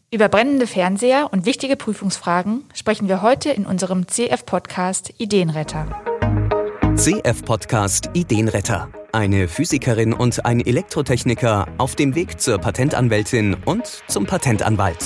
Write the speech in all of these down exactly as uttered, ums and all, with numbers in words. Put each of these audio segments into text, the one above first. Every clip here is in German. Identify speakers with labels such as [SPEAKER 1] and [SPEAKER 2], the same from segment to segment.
[SPEAKER 1] Über brennende Fernseher und wichtige Prüfungsfragen sprechen wir heute in unserem C F-Podcast Ideenretter.
[SPEAKER 2] C F-Podcast Ideenretter. Eine Physikerin und ein Elektrotechniker auf dem Weg zur Patentanwältin und zum Patentanwalt.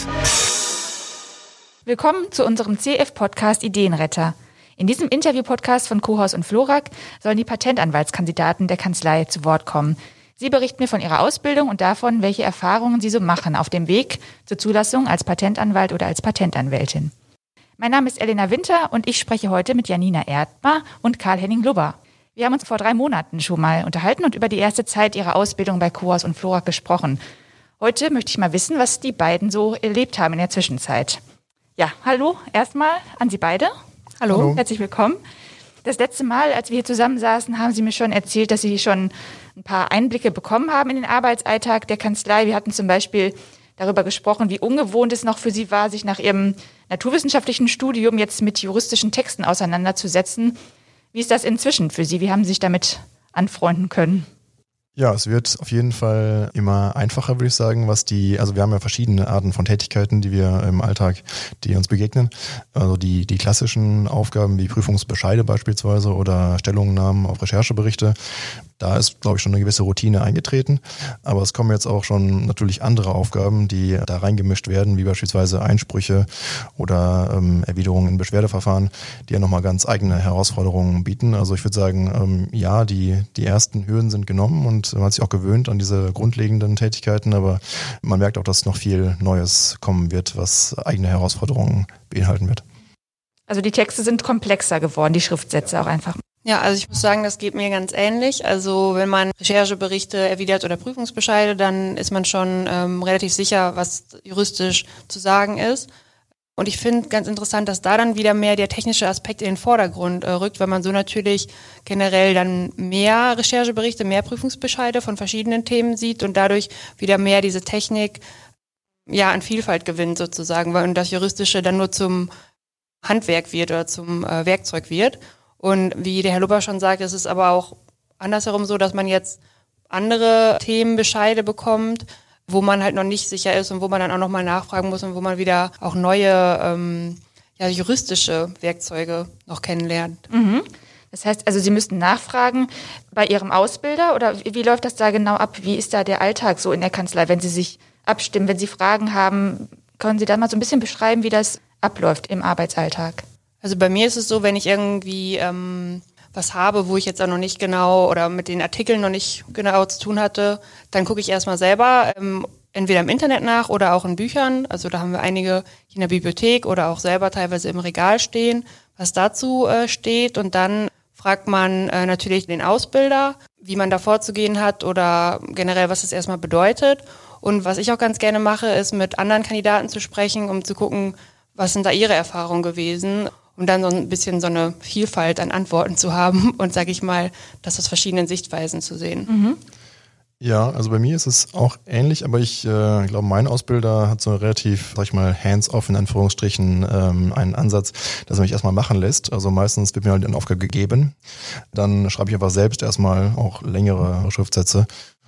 [SPEAKER 1] Willkommen zu unserem C F-Podcast Ideenretter. In diesem Interview-Podcast von Kohaus und Florak sollen die Patentanwaltskandidaten der Kanzlei zu Wort kommen. Sie berichten mir von ihrer Ausbildung und davon, welche Erfahrungen sie so machen auf dem Weg zur Zulassung als Patentanwalt oder als Patentanwältin. Mein Name ist Elena Winter und ich spreche heute mit Janina Erdmer und Karl-Henning Lubber. Wir haben uns vor drei Monaten schon mal unterhalten und über die erste Zeit ihrer Ausbildung bei Kohaus und Florak gesprochen. Heute möchte ich mal wissen, was die beiden so erlebt haben in der Zwischenzeit. Ja, hallo erstmal an Sie beide. Hallo, hallo. Herzlich willkommen. Das letzte Mal, als wir hier zusammensaßen, haben Sie mir schon erzählt, dass Sie schon ein paar Einblicke bekommen haben in den Arbeitsalltag der Kanzlei. Wir hatten zum Beispiel darüber gesprochen, wie ungewohnt es noch für Sie war, sich nach Ihrem naturwissenschaftlichen Studium jetzt mit juristischen Texten auseinanderzusetzen. Wie ist das inzwischen für Sie? Wie haben Sie sich damit anfreunden können?
[SPEAKER 3] Ja, es wird auf jeden Fall immer einfacher, würde ich sagen, was die, also wir haben ja verschiedene Arten von Tätigkeiten, die wir im Alltag, die uns begegnen. Also die, die klassischen Aufgaben wie Prüfungsbescheide beispielsweise oder Stellungnahmen auf Rechercheberichte. Da ist, glaube ich, schon eine gewisse Routine eingetreten. Aber es kommen jetzt auch schon natürlich andere Aufgaben, die da reingemischt werden, wie beispielsweise Einsprüche oder ähm, Erwiderungen in Beschwerdeverfahren, die ja nochmal ganz eigene Herausforderungen bieten. Also ich würde sagen, ähm, ja, die, die ersten Hürden sind genommen und man hat sich auch gewöhnt an diese grundlegenden Tätigkeiten. Aber man merkt auch, dass noch viel Neues kommen wird, was eigene Herausforderungen beinhalten wird.
[SPEAKER 1] Also die Texte sind komplexer geworden, die Schriftsätze auch einfach.
[SPEAKER 4] Ja, also ich muss sagen, das geht mir ganz ähnlich. Also wenn man Rechercheberichte erwidert oder Prüfungsbescheide, dann ist man schon ähm, relativ sicher, was juristisch zu sagen ist. Und ich finde ganz interessant, dass da dann wieder mehr der technische Aspekt in den Vordergrund äh, rückt, weil man so natürlich generell dann mehr Rechercheberichte, mehr Prüfungsbescheide von verschiedenen Themen sieht und dadurch wieder mehr diese Technik ja an Vielfalt gewinnt sozusagen, weil und das Juristische dann nur zum Handwerk wird oder zum äh, Werkzeug wird. Und wie der Herr Lubber schon sagt, es ist aber auch andersherum so, dass man jetzt andere Themenbescheide bekommt, wo man halt noch nicht sicher ist und wo man dann auch nochmal nachfragen muss und wo man wieder auch neue ähm, ja, juristische Werkzeuge noch kennenlernt.
[SPEAKER 1] Mhm. Das heißt, also Sie müssten nachfragen bei Ihrem Ausbilder oder wie, wie läuft das da genau ab? Wie ist da der Alltag so in der Kanzlei, wenn Sie sich abstimmen, wenn Sie Fragen haben? Können Sie da mal so ein bisschen beschreiben, wie das abläuft im Arbeitsalltag?
[SPEAKER 4] Also bei mir ist es so, wenn ich irgendwie ähm, was habe, wo ich jetzt auch noch nicht genau oder mit den Artikeln noch nicht genau zu tun hatte, dann gucke ich erstmal selber ähm, entweder im Internet nach oder auch in Büchern. Also da haben wir einige in der Bibliothek oder auch selber teilweise im Regal stehen, was dazu äh, steht. Und dann fragt man äh, natürlich den Ausbilder, wie man da vorzugehen hat oder generell, was das erstmal bedeutet. Und was ich auch ganz gerne mache, ist mit anderen Kandidaten zu sprechen, um zu gucken, was sind da ihre Erfahrungen gewesen, um dann so ein bisschen so eine Vielfalt an Antworten zu haben und, sage ich mal, das aus verschiedenen Sichtweisen zu sehen.
[SPEAKER 1] Mhm.
[SPEAKER 3] Ja, also bei mir ist es auch ähnlich, aber ich äh, glaube, mein Ausbilder hat so relativ, sag ich mal, hands-off in Anführungsstrichen ähm, einen Ansatz, dass er mich erstmal machen lässt. Also meistens wird mir halt eine Aufgabe gegeben, dann schreibe ich einfach selbst erstmal auch längere Schriftsätze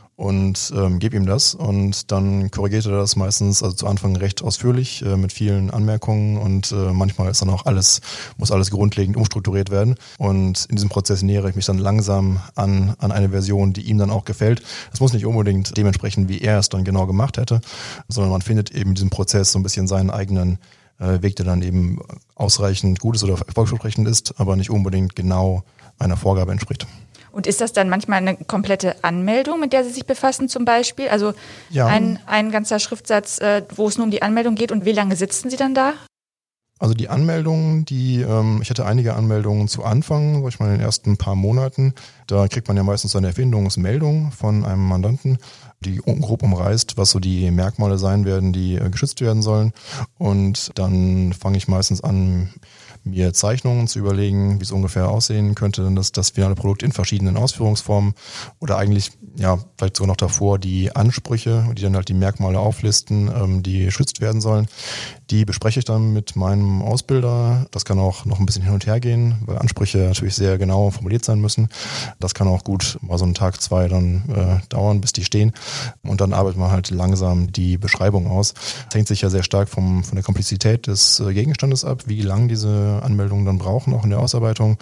[SPEAKER 3] und ähm, gebe ihm das und dann korrigiert er das meistens, also zu Anfang recht ausführlich äh, mit vielen Anmerkungen und äh, manchmal ist dann auch alles, muss alles grundlegend umstrukturiert werden und in diesem Prozess nähere ich mich dann langsam an, an eine Version, die ihm dann auch gefällt. Das muss nicht unbedingt dementsprechend, wie er es dann genau gemacht hätte, sondern man findet eben in diesem Prozess so ein bisschen seinen eigenen äh, Weg, der dann eben ausreichend gut ist oder erfolgsversprechend ist, aber nicht unbedingt genau einer Vorgabe entspricht.
[SPEAKER 1] Und ist das dann manchmal eine komplette Anmeldung, mit der Sie sich befassen zum Beispiel? Also
[SPEAKER 3] ja.
[SPEAKER 1] ein, ein ganzer Schriftsatz, äh, wo es nur um die Anmeldung geht und wie lange sitzen Sie dann da?
[SPEAKER 3] Also die Anmeldungen, die, ähm, ich hatte einige Anmeldungen zu Anfang, sag ich mal in den ersten paar Monaten. Da kriegt man ja meistens eine Erfindungsmeldung von einem Mandanten, die grob umreißt, was so die Merkmale sein werden, die äh, geschützt werden sollen. Und dann fange ich meistens an mir Zeichnungen zu überlegen, wie es ungefähr aussehen könnte, das, das finale Produkt in verschiedenen Ausführungsformen oder eigentlich ja vielleicht sogar noch davor die Ansprüche, die dann halt die Merkmale auflisten, ähm, die geschützt werden sollen. Die bespreche ich dann mit meinem Ausbilder. Das kann auch noch ein bisschen hin und her gehen, weil Ansprüche natürlich sehr genau formuliert sein müssen. Das kann auch gut mal so einen Tag, zwei dann äh, dauern, bis die stehen. Und dann arbeitet man halt langsam die Beschreibung aus. Das hängt sich ja sehr stark vom, von der Komplexität des äh, Gegenstandes ab, wie lang diese Anmeldungen dann brauchen, auch in der Ausarbeitung.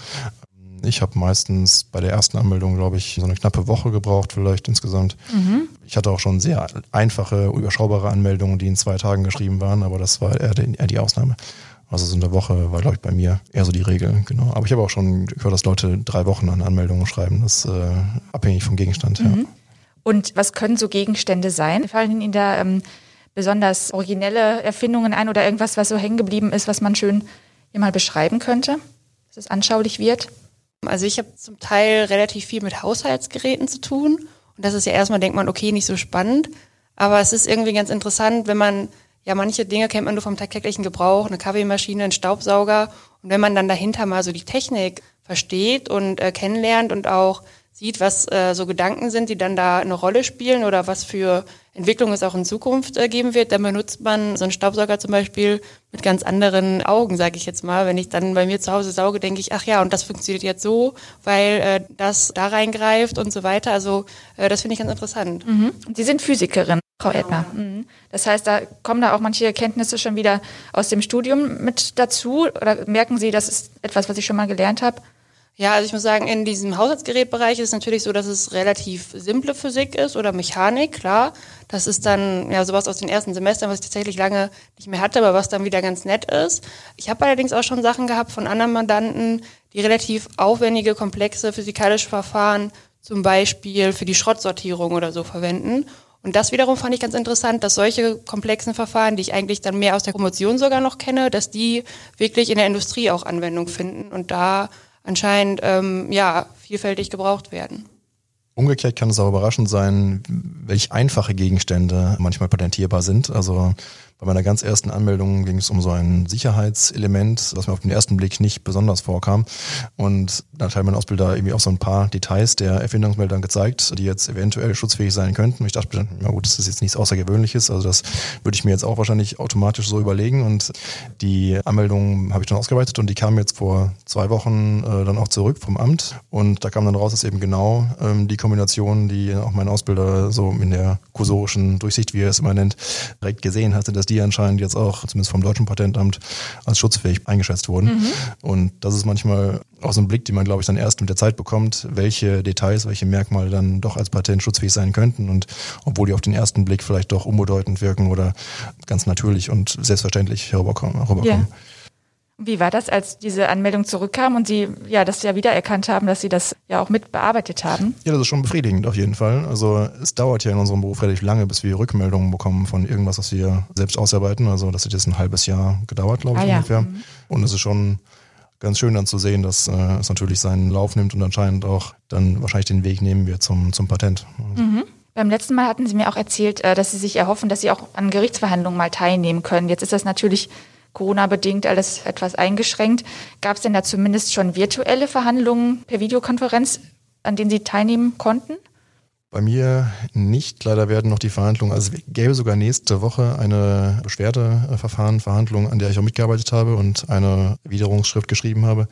[SPEAKER 3] Ich habe meistens bei der ersten Anmeldung, glaube ich, so eine knappe Woche gebraucht, vielleicht insgesamt. Mhm. Ich hatte auch schon sehr einfache, überschaubare Anmeldungen, die in zwei Tagen geschrieben waren, aber das war eher die, eher die Ausnahme. Also so eine Woche war, glaube ich, bei mir eher so die Regel, genau. Aber ich habe auch schon gehört, dass Leute drei Wochen an Anmeldungen schreiben. Das ist äh, abhängig vom Gegenstand, mhm. ja.
[SPEAKER 1] Und was können so Gegenstände sein? Fallen Ihnen da ähm, besonders originelle Erfindungen ein oder irgendwas, was so hängen geblieben ist, was man schön hier mal beschreiben könnte, dass es anschaulich wird?
[SPEAKER 4] Also ich habe zum Teil relativ viel mit Haushaltsgeräten zu tun und das ist ja erstmal, denkt man, okay, nicht so spannend, aber es ist irgendwie ganz interessant, wenn man, ja manche Dinge kennt man nur vom tagtäglichen Gebrauch, eine Kaffeemaschine, einen Staubsauger und wenn man dann dahinter mal so die Technik versteht und äh, kennenlernt und auch sieht, was äh, so Gedanken sind, die dann da eine Rolle spielen oder was für Entwicklung es auch in Zukunft äh, geben wird, dann benutzt man so einen Staubsauger zum Beispiel mit ganz anderen Augen, sage ich jetzt mal. Wenn ich dann bei mir zu Hause sauge, denke ich, ach ja, und das funktioniert jetzt so, weil äh, das da reingreift und so weiter. Also äh, das finde ich ganz interessant.
[SPEAKER 1] Mhm. Sie sind Physikerin, Frau Edmer. Mhm. Das heißt, da kommen da auch manche Erkenntnisse schon wieder aus dem Studium mit dazu? Oder merken Sie, das ist etwas, was ich schon mal gelernt habe?
[SPEAKER 4] Ja, also ich muss sagen, in diesem Haushaltsgerätbereich ist es natürlich so, dass es relativ simple Physik ist oder Mechanik, klar. Das ist dann ja sowas aus den ersten Semestern, was ich tatsächlich lange nicht mehr hatte, aber was dann wieder ganz nett ist. Ich habe allerdings auch schon Sachen gehabt von anderen Mandanten, die relativ aufwendige, komplexe physikalische Verfahren zum Beispiel für die Schrottsortierung oder so verwenden. Und das wiederum fand ich ganz interessant, dass solche komplexen Verfahren, die ich eigentlich dann mehr aus der Promotion sogar noch kenne, dass die wirklich in der Industrie auch Anwendung finden und da anscheinend ähm, ja vielfältig gebraucht werden.
[SPEAKER 3] Umgekehrt kann es auch überraschend sein, welch einfache Gegenstände manchmal patentierbar sind. Also bei meiner ganz ersten Anmeldung ging es um so ein Sicherheitselement, das mir auf den ersten Blick nicht besonders vorkam. Und da hat halt mein Ausbilder irgendwie auch so ein paar Details der Erfindungsmeldung gezeigt, die jetzt eventuell schutzfähig sein könnten. Und ich dachte, na gut, das ist jetzt nichts Außergewöhnliches. Also das würde ich mir jetzt auch wahrscheinlich automatisch so überlegen. Und die Anmeldung habe ich dann ausgeweitet und die kam jetzt vor zwei Wochen äh, dann auch zurück vom Amt. Und da kam dann raus, dass eben genau ähm, die Kombination, die auch mein Ausbilder so in der kursorischen Durchsicht, wie er es immer nennt, direkt gesehen hatte, dass die anscheinend jetzt auch, zumindest vom Deutschen Patentamt, als schutzfähig eingeschätzt wurden. Mhm. Und das ist manchmal auch so ein Blick, den man, glaube ich, dann erst mit der Zeit bekommt, welche Details, welche Merkmale dann doch als Patent schutzfähig sein könnten. Und obwohl die auf den ersten Blick vielleicht doch unbedeutend wirken oder ganz natürlich und selbstverständlich herüberkommen. herüberkommen.
[SPEAKER 1] Ja. Wie war das, als diese Anmeldung zurückkam und Sie ja das ja wiedererkannt haben, dass Sie das ja auch mit bearbeitet haben?
[SPEAKER 3] Ja, das ist schon befriedigend auf jeden Fall. Also es dauert ja in unserem Beruf relativ lange, bis wir Rückmeldungen bekommen von irgendwas, was wir selbst ausarbeiten. Also das hat jetzt ein halbes Jahr gedauert, glaube ich, ah, ja. ungefähr. Mhm. Und es ist schon ganz schön dann zu sehen, dass äh, es natürlich seinen Lauf nimmt und anscheinend auch dann wahrscheinlich den Weg nehmen wird zum, zum Patent. Also.
[SPEAKER 1] Mhm. Beim letzten Mal hatten Sie mir auch erzählt, dass Sie sich erhoffen, dass Sie auch an Gerichtsverhandlungen mal teilnehmen können. Jetzt ist das natürlich Corona-bedingt alles etwas eingeschränkt. Gab es denn da zumindest schon virtuelle Verhandlungen per Videokonferenz, an denen Sie teilnehmen konnten?
[SPEAKER 3] Bei mir nicht. Leider werden noch die Verhandlungen, also es gäbe sogar nächste Woche eine Beschwerdeverfahren, Verhandlung, an der ich auch mitgearbeitet habe und eine Widerrufsschrift geschrieben habe.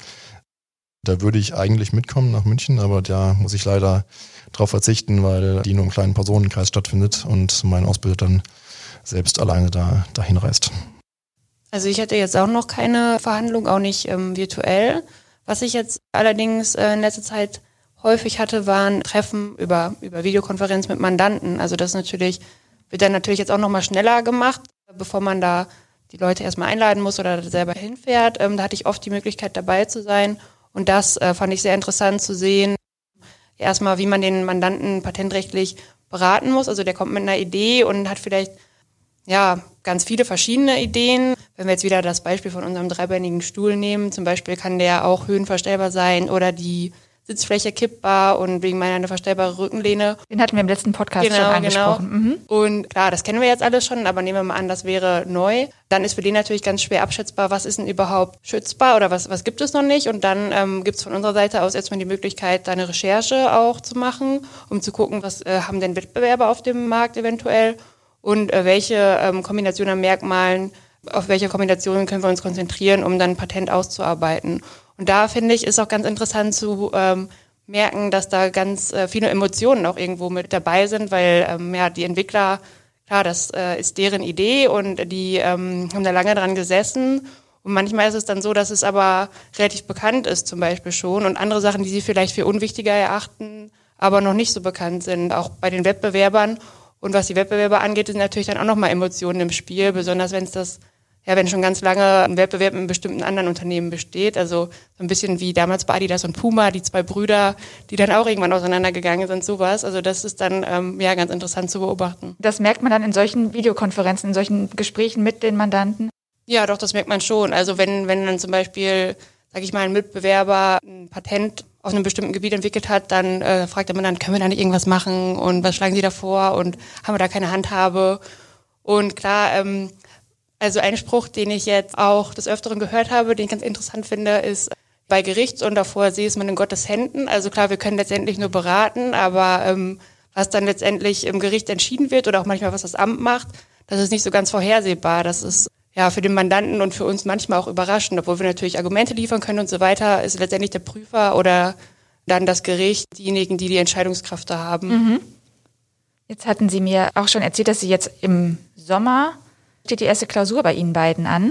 [SPEAKER 3] Da würde ich eigentlich mitkommen nach München, aber da muss ich leider drauf verzichten, weil die nur im kleinen Personenkreis stattfindet und mein Ausbilder dann selbst alleine da dahin reist.
[SPEAKER 4] Also ich hatte jetzt auch noch keine Verhandlung, auch nicht ähm, virtuell. Was ich jetzt allerdings äh, in letzter Zeit häufig hatte, waren Treffen über über Videokonferenz mit Mandanten. Also das natürlich wird dann natürlich jetzt auch noch mal schneller gemacht, bevor man da die Leute erstmal einladen muss oder selber hinfährt. Ähm, da hatte ich oft die Möglichkeit dabei zu sein und das äh, fand ich sehr interessant zu sehen. Erstmal, wie man den Mandanten patentrechtlich beraten muss. Also der kommt mit einer Idee und hat vielleicht ja ganz viele verschiedene Ideen. Wenn wir jetzt wieder das Beispiel von unserem dreibeinigen Stuhl nehmen, zum Beispiel kann der auch höhenverstellbar sein oder die Sitzfläche kippbar und wegen meiner eine verstellbare Rückenlehne.
[SPEAKER 1] Den hatten wir im letzten Podcast
[SPEAKER 4] genau,
[SPEAKER 1] schon angesprochen.
[SPEAKER 4] Genau. Mhm. Und klar, das kennen wir jetzt alles schon, aber nehmen wir mal an, das wäre neu. Dann ist für den natürlich ganz schwer abschätzbar, was ist denn überhaupt schützbar oder was, was gibt es noch nicht. Und dann ähm, gibt es von unserer Seite aus erstmal die Möglichkeit, da eine Recherche auch zu machen, um zu gucken, was äh, haben denn Wettbewerber auf dem Markt eventuell und äh, welche ähm, Kombination an Merkmalen, auf welche Kombinationen können wir uns konzentrieren, um dann ein Patent auszuarbeiten. Und da, finde ich, ist auch ganz interessant zu ähm, merken, dass da ganz äh, viele Emotionen auch irgendwo mit dabei sind, weil ähm, ja die Entwickler, klar, das äh, ist deren Idee und die ähm, haben da lange dran gesessen. Und manchmal ist es dann so, dass es aber relativ bekannt ist zum Beispiel schon und andere Sachen, die sie vielleicht für unwichtiger erachten, aber noch nicht so bekannt sind, auch bei den Wettbewerbern. Und was die Wettbewerber angeht, sind natürlich dann auch nochmal Emotionen im Spiel, besonders wenn es das Ja, wenn schon ganz lange ein Wettbewerb in bestimmten anderen Unternehmen besteht, also so ein bisschen wie damals bei Adidas und Puma, die zwei Brüder, die dann auch irgendwann auseinandergegangen sind, sowas. Also das ist dann ähm, ja ganz interessant zu beobachten.
[SPEAKER 1] Das merkt man dann in solchen Videokonferenzen, in solchen Gesprächen mit den Mandanten?
[SPEAKER 4] Ja, doch, das merkt man schon. Also wenn, wenn dann zum Beispiel, sage ich mal, ein Mitbewerber ein Patent auf einem bestimmten Gebiet entwickelt hat, dann äh, fragt der Mandant, können wir da nicht irgendwas machen und was schlagen Sie da vor und haben wir da keine Handhabe? Und klar, ähm, Also ein Spruch, den ich jetzt auch des Öfteren gehört habe, den ich ganz interessant finde, ist, bei Gerichts- und davor sehe es man in Gottes Händen. Also klar, wir können letztendlich nur beraten, aber ähm, was dann letztendlich im Gericht entschieden wird oder auch manchmal was das Amt macht, das ist nicht so ganz vorhersehbar. Das ist ja für den Mandanten und für uns manchmal auch überraschend, obwohl wir natürlich Argumente liefern können und so weiter, ist letztendlich der Prüfer oder dann das Gericht diejenigen, die die Entscheidungskraft da haben.
[SPEAKER 1] Mhm. Jetzt hatten Sie mir auch schon erzählt, dass Sie jetzt im Sommer steht die erste Klausur bei Ihnen beiden an.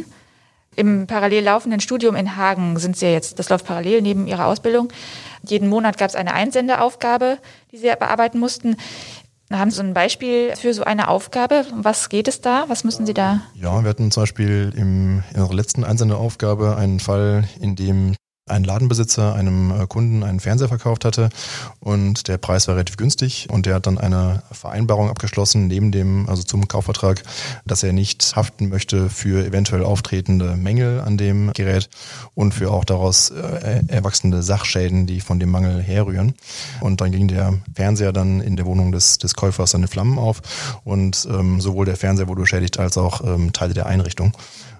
[SPEAKER 1] Im parallel laufenden Studium in Hagen sind Sie jetzt, das läuft parallel neben Ihrer Ausbildung. Jeden Monat gab es eine Einsendeaufgabe, die Sie bearbeiten mussten. Haben Sie ein Beispiel für so eine Aufgabe? Um was geht es da? Was müssen Sie da?
[SPEAKER 3] Ja, wir hatten zum Beispiel im, in unserer letzten Einsendeaufgabe einen Fall, in dem ein Ladenbesitzer einem Kunden einen Fernseher verkauft hatte und der Preis war relativ günstig und der hat dann eine Vereinbarung abgeschlossen neben dem, also zum Kaufvertrag, dass er nicht haften möchte für eventuell auftretende Mängel an dem Gerät und für auch daraus äh, erwachsene Sachschäden, die von dem Mangel herrühren. Und dann ging der Fernseher dann in der Wohnung des, des Käufers in Flammen auf und ähm, sowohl der Fernseher wurde beschädigt als auch ähm, Teile der Einrichtung.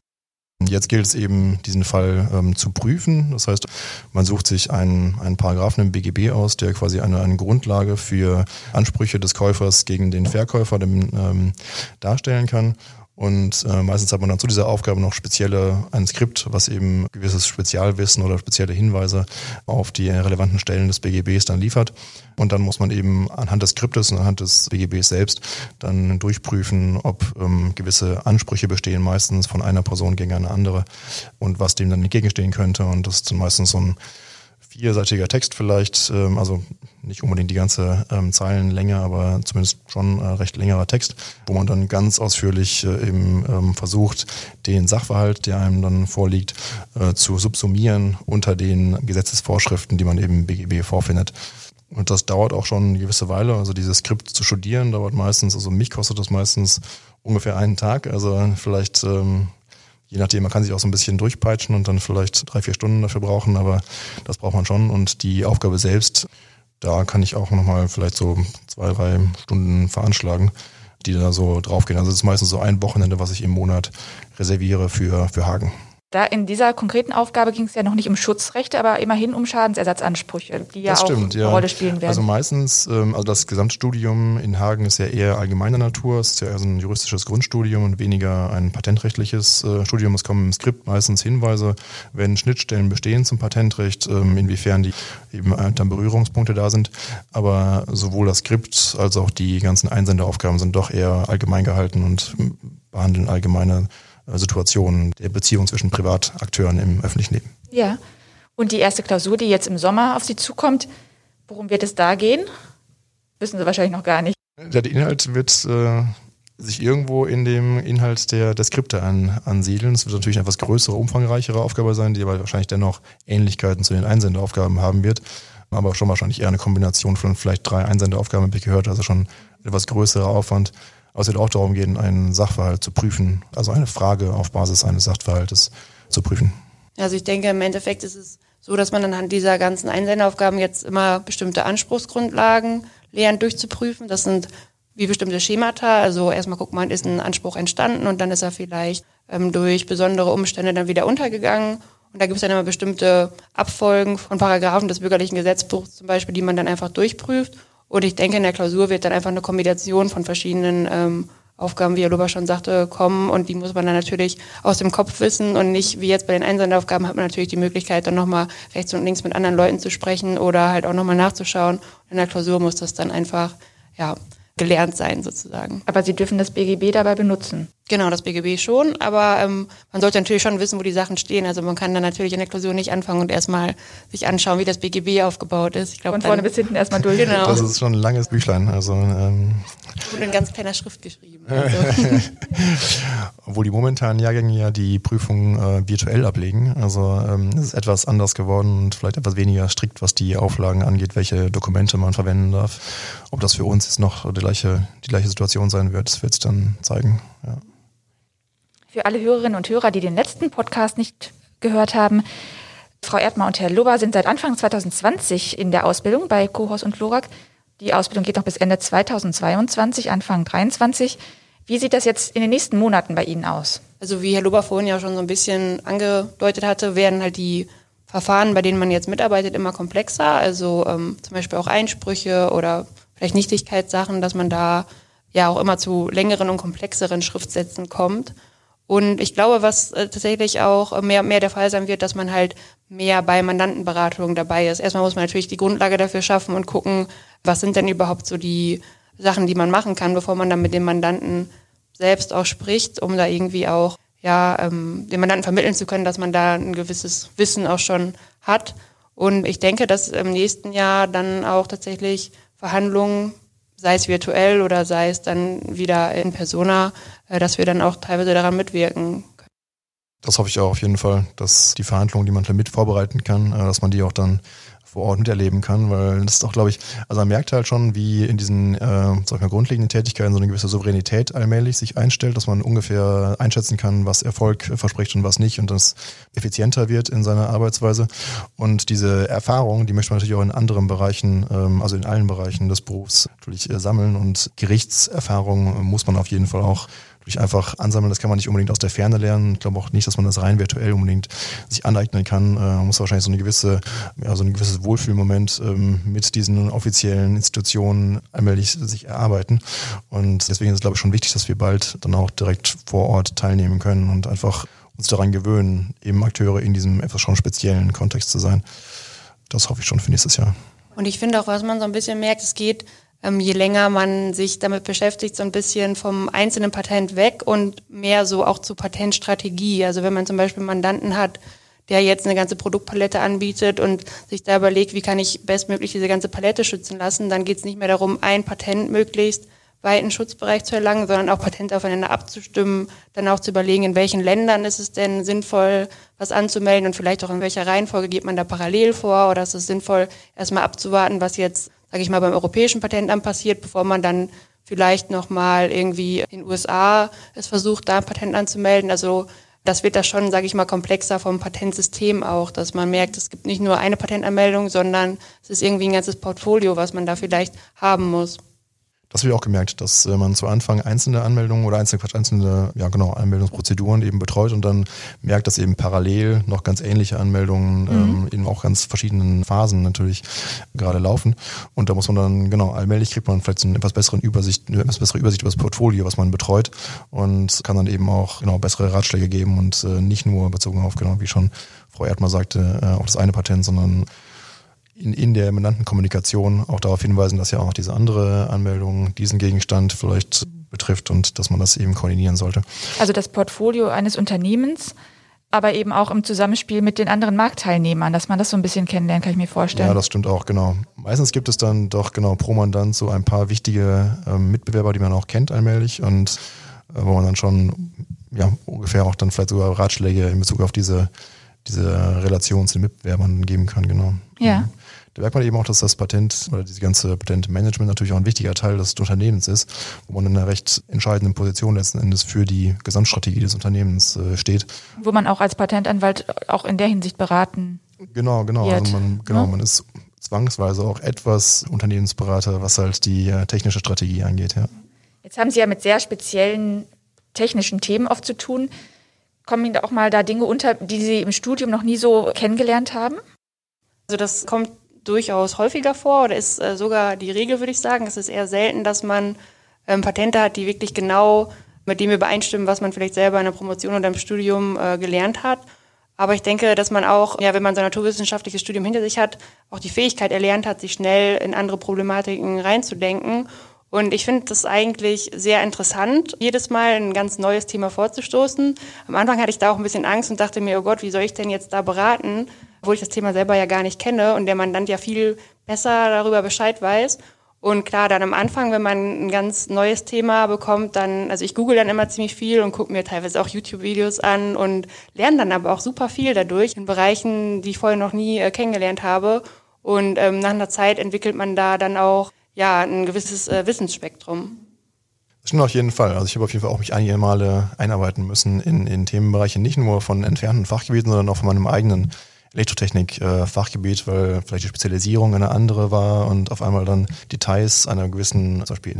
[SPEAKER 3] Jetzt gilt es eben, diesen Fall ähm, zu prüfen. Das heißt, man sucht sich einen, einen Paragraphen im B G B aus, der quasi eine, eine Grundlage für Ansprüche des Käufers gegen den Verkäufer dem, ähm, darstellen kann. Und äh, meistens hat man dann zu dieser Aufgabe noch spezielle, ein Skript, was eben gewisses Spezialwissen oder spezielle Hinweise auf die relevanten Stellen des B G Bs dann liefert. Und dann muss man eben anhand des Skriptes und anhand des B G Bs selbst dann durchprüfen, ob ähm, gewisse Ansprüche bestehen, meistens von einer Person gegen eine andere und was dem dann entgegenstehen könnte. Und das ist dann meistens so ein vierseitiger Text vielleicht, ähm, also nicht unbedingt die ganze ähm, Zeilenlänge, aber zumindest schon äh, recht längerer Text, wo man dann ganz ausführlich äh, eben ähm, versucht, den Sachverhalt, der einem dann vorliegt, äh, zu subsumieren unter den Gesetzesvorschriften, die man eben im B G B vorfindet. Und das dauert auch schon eine gewisse Weile, also dieses Skript zu studieren dauert meistens, also mich kostet das meistens ungefähr einen Tag, also vielleicht ähm, je nachdem, man kann sich auch so ein bisschen durchpeitschen und dann vielleicht drei, vier Stunden dafür brauchen, aber das braucht man schon. Und die Aufgabe selbst, da kann ich auch nochmal vielleicht so zwei, drei Stunden veranschlagen, die da so draufgehen. Also es ist meistens so ein Wochenende, was ich im Monat reserviere für, für Hagen.
[SPEAKER 1] Da in dieser konkreten Aufgabe ging es ja noch nicht um Schutzrechte, aber immerhin um Schadensersatzansprüche, die ja
[SPEAKER 3] das
[SPEAKER 1] auch
[SPEAKER 3] stimmt,
[SPEAKER 1] eine
[SPEAKER 3] ja.
[SPEAKER 1] Rolle spielen werden.
[SPEAKER 3] Also meistens, also das Gesamtstudium in Hagen ist ja eher allgemeiner Natur. Es ist ja eher so ein juristisches Grundstudium und weniger ein patentrechtliches Studium. Es kommen im Skript meistens Hinweise, wenn Schnittstellen bestehen zum Patentrecht, inwiefern die eben dann Berührungspunkte da sind. Aber sowohl das Skript als auch die ganzen Einsendeaufgaben sind doch eher allgemein gehalten und behandeln allgemeine Situationen der Beziehung zwischen Privatakteuren im öffentlichen Leben.
[SPEAKER 1] Ja, und die erste Klausur, die jetzt im Sommer auf Sie zukommt, worum wird es da gehen? Wissen Sie wahrscheinlich noch gar nicht.
[SPEAKER 3] Ja, der Inhalt wird äh, sich irgendwo in dem Inhalt der, der Skripte an, ansiedeln. Es wird natürlich eine etwas größere, umfangreichere Aufgabe sein, die aber wahrscheinlich dennoch Ähnlichkeiten zu den Einsendeaufgaben haben wird. Aber schon wahrscheinlich eher eine Kombination von vielleicht drei Einsendeaufgaben, habe ich gehört, also schon etwas größerer Aufwand. Aber es wird auch darum gehen, einen Sachverhalt zu prüfen, also eine Frage auf Basis eines Sachverhaltes zu prüfen.
[SPEAKER 4] Also ich denke, im Endeffekt ist es so, dass man anhand dieser ganzen Einsendeaufgaben jetzt immer bestimmte Anspruchsgrundlagen lernt durchzuprüfen. Das sind wie bestimmte Schemata. Also erstmal guckt man, ist ein Anspruch entstanden und dann ist er vielleicht ähm, durch besondere Umstände dann wieder untergegangen. Und da gibt es dann immer bestimmte Abfolgen von Paragraphen des bürgerlichen Gesetzbuchs zum Beispiel, die man dann einfach durchprüft. Und ich denke, in der Klausur wird dann einfach eine Kombination von verschiedenen ähm, Aufgaben, wie Herr Lober schon sagte, kommen. Und die muss man dann natürlich aus dem Kopf wissen und nicht, wie jetzt bei den Einsendeaufgaben, hat man natürlich die Möglichkeit, dann nochmal rechts und links mit anderen Leuten zu sprechen oder halt auch nochmal nachzuschauen. Und in der Klausur muss das dann einfach, ja, gelernt sein sozusagen.
[SPEAKER 1] Aber Sie dürfen das B G B dabei benutzen?
[SPEAKER 4] Genau, das B G B schon, aber ähm, man sollte natürlich schon wissen, wo die Sachen stehen. Also man kann dann natürlich in der Klausur nicht anfangen und erstmal sich anschauen, wie das B G B aufgebaut ist. Ich glaub,
[SPEAKER 1] Von vorne bis hinten erstmal durch.
[SPEAKER 4] Genau.
[SPEAKER 3] Das ist schon ein langes Büchlein. Also, ähm,
[SPEAKER 4] wurde in ganz kleiner Schrift geschrieben. Also.
[SPEAKER 3] Obwohl die momentanen Jahrgänge ja die Prüfung äh, virtuell ablegen. Also ähm, es ist etwas anders geworden und vielleicht etwas weniger strikt, was die Auflagen angeht, welche Dokumente man verwenden darf. Ob das für uns jetzt noch die gleiche, die gleiche Situation sein wird, das wird es dann zeigen. Ja.
[SPEAKER 1] Für alle Hörerinnen und Hörer, die den letzten Podcast nicht gehört haben, Frau Erdmann und Herr Lober sind seit Anfang zwanzig zwanzig in der Ausbildung bei Cohaus und Florac. Die Ausbildung geht noch bis Ende zweitausendzweiundzwanzig, Anfang dreiundzwanzig. Wie sieht das jetzt in den nächsten Monaten bei Ihnen aus?
[SPEAKER 4] Also wie Herr Lober vorhin ja schon so ein bisschen angedeutet hatte, werden halt die Verfahren, bei denen man jetzt mitarbeitet, immer komplexer. Also ähm, zum Beispiel auch Einsprüche oder vielleicht Nichtigkeitssachen, dass man da ja auch immer zu längeren und komplexeren Schriftsätzen kommt. Und ich glaube, was äh, tatsächlich auch mehr und mehr der Fall sein wird, dass man halt mehr bei Mandantenberatungen dabei ist. Erstmal muss man natürlich die Grundlage dafür schaffen und gucken, was sind denn überhaupt so die Sachen, die man machen kann, bevor man dann mit dem Mandanten selbst auch spricht, um da irgendwie auch ja ähm, dem Mandanten vermitteln zu können, dass man da ein gewisses Wissen auch schon hat. Und ich denke, dass im nächsten Jahr dann auch tatsächlich Verhandlungen, sei es virtuell oder sei es dann wieder in Persona, dass wir dann auch teilweise daran mitwirken können.
[SPEAKER 3] Das hoffe ich auch auf jeden Fall, dass die Verhandlungen, die man mit vorbereiten kann, dass man die auch dann vor Ort miterleben kann, weil das ist auch, glaube ich, also man merkt halt schon, wie in diesen äh, sag ich mal, grundlegenden Tätigkeiten so eine gewisse Souveränität allmählich sich einstellt, dass man ungefähr einschätzen kann, was Erfolg verspricht und was nicht und das effizienter wird in seiner Arbeitsweise. Und diese Erfahrung, die möchte man natürlich auch in anderen Bereichen, ähm, also in allen Bereichen des Berufs natürlich äh, sammeln und Gerichtserfahrung muss man auf jeden Fall auch durch einfach ansammeln. Das kann man nicht unbedingt aus der Ferne lernen. Ich glaube auch nicht, dass man das rein virtuell unbedingt sich aneignen kann. Äh, man muss wahrscheinlich so eine gewisse, ja, so ein gewisses Wohlfühlmoment ähm, mit diesen offiziellen Institutionen allmählich sich erarbeiten. Und deswegen ist es, glaube ich, schon wichtig, dass wir bald dann auch direkt vor Ort teilnehmen können und einfach uns daran gewöhnen, eben Akteure in diesem etwas schon speziellen Kontext zu sein. Das hoffe ich schon für nächstes Jahr.
[SPEAKER 4] Und ich finde auch, was man so ein bisschen merkt, es geht Ähm, je länger man sich damit beschäftigt, so ein bisschen vom einzelnen Patent weg und mehr so auch zur Patentstrategie. Also wenn man zum Beispiel einen Mandanten hat, der jetzt eine ganze Produktpalette anbietet und sich da überlegt, wie kann ich bestmöglich diese ganze Palette schützen lassen, dann geht es nicht mehr darum, ein Patent möglichst weiten Schutzbereich zu erlangen, sondern auch Patente aufeinander abzustimmen, dann auch zu überlegen, in welchen Ländern ist es denn sinnvoll, was anzumelden und vielleicht auch in welcher Reihenfolge geht man da parallel vor oder ist es sinnvoll, erstmal abzuwarten, was jetzt, sage ich mal, beim Europäischen Patentamt passiert, bevor man dann vielleicht nochmal irgendwie in den U S A es versucht, da ein Patent anzumelden. Also das wird da schon, sage ich mal, komplexer vom Patentsystem auch, dass man merkt, es gibt nicht nur eine Patentanmeldung, sondern es ist irgendwie ein ganzes Portfolio, was man da vielleicht haben muss.
[SPEAKER 3] Das habe ich auch gemerkt, dass äh, man zu Anfang einzelne Anmeldungen oder einzelne, einzelne ja genau, Anmeldungsprozeduren eben betreut und dann merkt, dass eben parallel noch ganz ähnliche Anmeldungen mhm. ähm, in auch ganz verschiedenen Phasen natürlich gerade laufen. Und da muss man dann, genau, allmählich kriegt man vielleicht so eine etwas bessere Übersicht, eine etwas bessere Übersicht über das Portfolio, was man betreut und kann dann eben auch genau bessere Ratschläge geben und äh, nicht nur bezogen auf, genau wie schon Frau Erdmann sagte, äh, auf das eine Patent, sondern In, in der Mandantenkommunikation auch darauf hinweisen, dass ja auch diese andere Anmeldung diesen Gegenstand vielleicht betrifft und dass man das eben koordinieren sollte.
[SPEAKER 1] Also das Portfolio eines Unternehmens, aber eben auch im Zusammenspiel mit den anderen Marktteilnehmern, dass man das so ein bisschen kennenlernt, kann ich mir vorstellen.
[SPEAKER 3] Ja, das stimmt auch, genau. Meistens gibt es dann doch genau pro Mandant so ein paar wichtige äh, Mitbewerber, die man auch kennt allmählich und äh, wo man dann schon ja ungefähr auch dann vielleicht sogar Ratschläge in Bezug auf diese diese Relation zu den Mitbewerbern geben kann, genau.
[SPEAKER 1] Ja.
[SPEAKER 3] Da merkt man eben auch, dass das Patent oder diese ganze Patentmanagement natürlich auch ein wichtiger Teil des Unternehmens ist, wo man in einer recht entscheidenden Position letzten Endes für die Gesamtstrategie des Unternehmens äh, steht.
[SPEAKER 1] Wo man auch als Patentanwalt auch in der Hinsicht beraten
[SPEAKER 3] Genau, genau.
[SPEAKER 1] Wird,
[SPEAKER 3] also man, genau,
[SPEAKER 1] ne?
[SPEAKER 3] man ist zwangsweise auch etwas Unternehmensberater, was halt die äh, technische Strategie angeht, ja.
[SPEAKER 1] Jetzt haben Sie ja mit sehr speziellen technischen Themen oft zu tun. Kommen Ihnen da auch mal da Dinge unter, die Sie im Studium noch nie so kennengelernt haben?
[SPEAKER 4] Also das kommt durchaus häufiger vor oder ist äh, sogar die Regel, würde ich sagen. Es ist eher selten, dass man ähm, Patente hat, die wirklich genau mit dem übereinstimmen, was man vielleicht selber in der Promotion oder im Studium äh, gelernt hat. Aber ich denke, dass man auch, ja, wenn man so ein naturwissenschaftliches Studium hinter sich hat, auch die Fähigkeit erlernt hat, sich schnell in andere Problematiken reinzudenken. Und ich finde das eigentlich sehr interessant, jedes Mal ein ganz neues Thema vorzustoßen. Am Anfang hatte ich da auch ein bisschen Angst und dachte mir, oh Gott, wie soll ich denn jetzt da beraten, obwohl ich das Thema selber ja gar nicht kenne und der Mandant ja viel besser darüber Bescheid weiß. Und klar, dann am Anfang, wenn man ein ganz neues Thema bekommt, dann, also ich google dann immer ziemlich viel und gucke mir teilweise auch YouTube-Videos an und lerne dann aber auch super viel dadurch in Bereichen, die ich vorher noch nie äh, kennengelernt habe. Und ähm, nach einer Zeit entwickelt man da dann auch ja ein gewisses äh, Wissensspektrum.
[SPEAKER 3] Das stimmt auf jeden Fall. Also ich habe auf jeden Fall auch mich einige Male einarbeiten müssen in, in Themenbereiche, nicht nur von entfernten Fachgebieten, sondern auch von meinem eigenen Elektrotechnik-Fachgebiet, äh, weil vielleicht die Spezialisierung eine andere war und auf einmal dann Details einer gewissen, zum Beispiel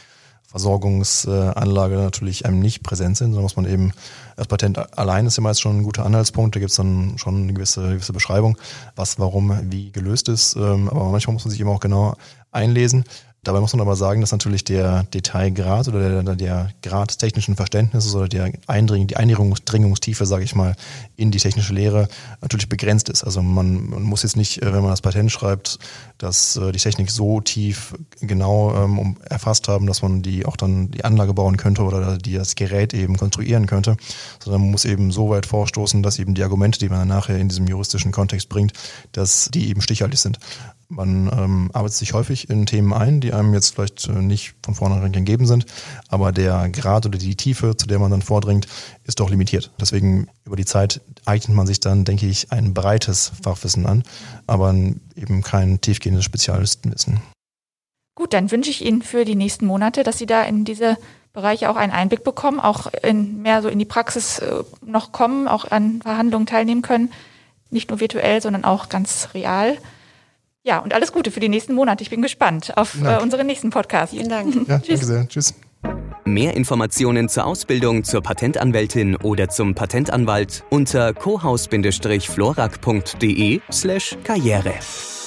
[SPEAKER 3] Energieversorgungsanlage äh, natürlich einem nicht präsent sind, sondern muss man eben, das Patent allein ist ja meist schon ein guter Anhaltspunkt, da gibt es dann schon eine gewisse, gewisse Beschreibung, was, warum, wie gelöst ist, ähm, aber manchmal muss man sich eben auch genau einlesen. Dabei muss man aber sagen, dass natürlich der Detailgrad oder der, der Grad des technischen Verständnisses oder der Eindring, die Eindringungstiefe, sage ich mal, in die technische Lehre natürlich begrenzt ist. Also man, man muss jetzt nicht, wenn man das Patent schreibt, dass die Technik so tief genau ähm, erfasst haben, dass man die auch dann die Anlage bauen könnte oder die das Gerät eben konstruieren könnte, sondern man muss eben so weit vorstoßen, dass eben die Argumente, die man dann nachher in diesem juristischen Kontext bringt, dass die eben stichhaltig sind. Man ähm, arbeitet sich häufig in Themen ein, die einem jetzt vielleicht äh, nicht von vornherein gegeben sind, aber der Grad oder die Tiefe, zu der man dann vordringt, ist doch limitiert. Deswegen über die Zeit eignet man sich dann, denke ich, ein breites Fachwissen an, aber eben kein tiefgehendes Spezialistenwissen.
[SPEAKER 1] Gut, dann wünsche ich Ihnen für die nächsten Monate, dass Sie da in diese Bereiche auch einen Einblick bekommen, auch in, mehr so in die Praxis äh, noch kommen, auch an Verhandlungen teilnehmen können, nicht nur virtuell, sondern auch ganz real. Ja, und alles Gute für die nächsten Monate. Ich bin gespannt auf äh, unseren nächsten Podcast.
[SPEAKER 4] Vielen Dank.
[SPEAKER 3] Ja, danke sehr. Tschüss.
[SPEAKER 2] Mehr Informationen zur Ausbildung zur Patentanwältin oder zum Patentanwalt unter cohaus-florak.de slash karriere.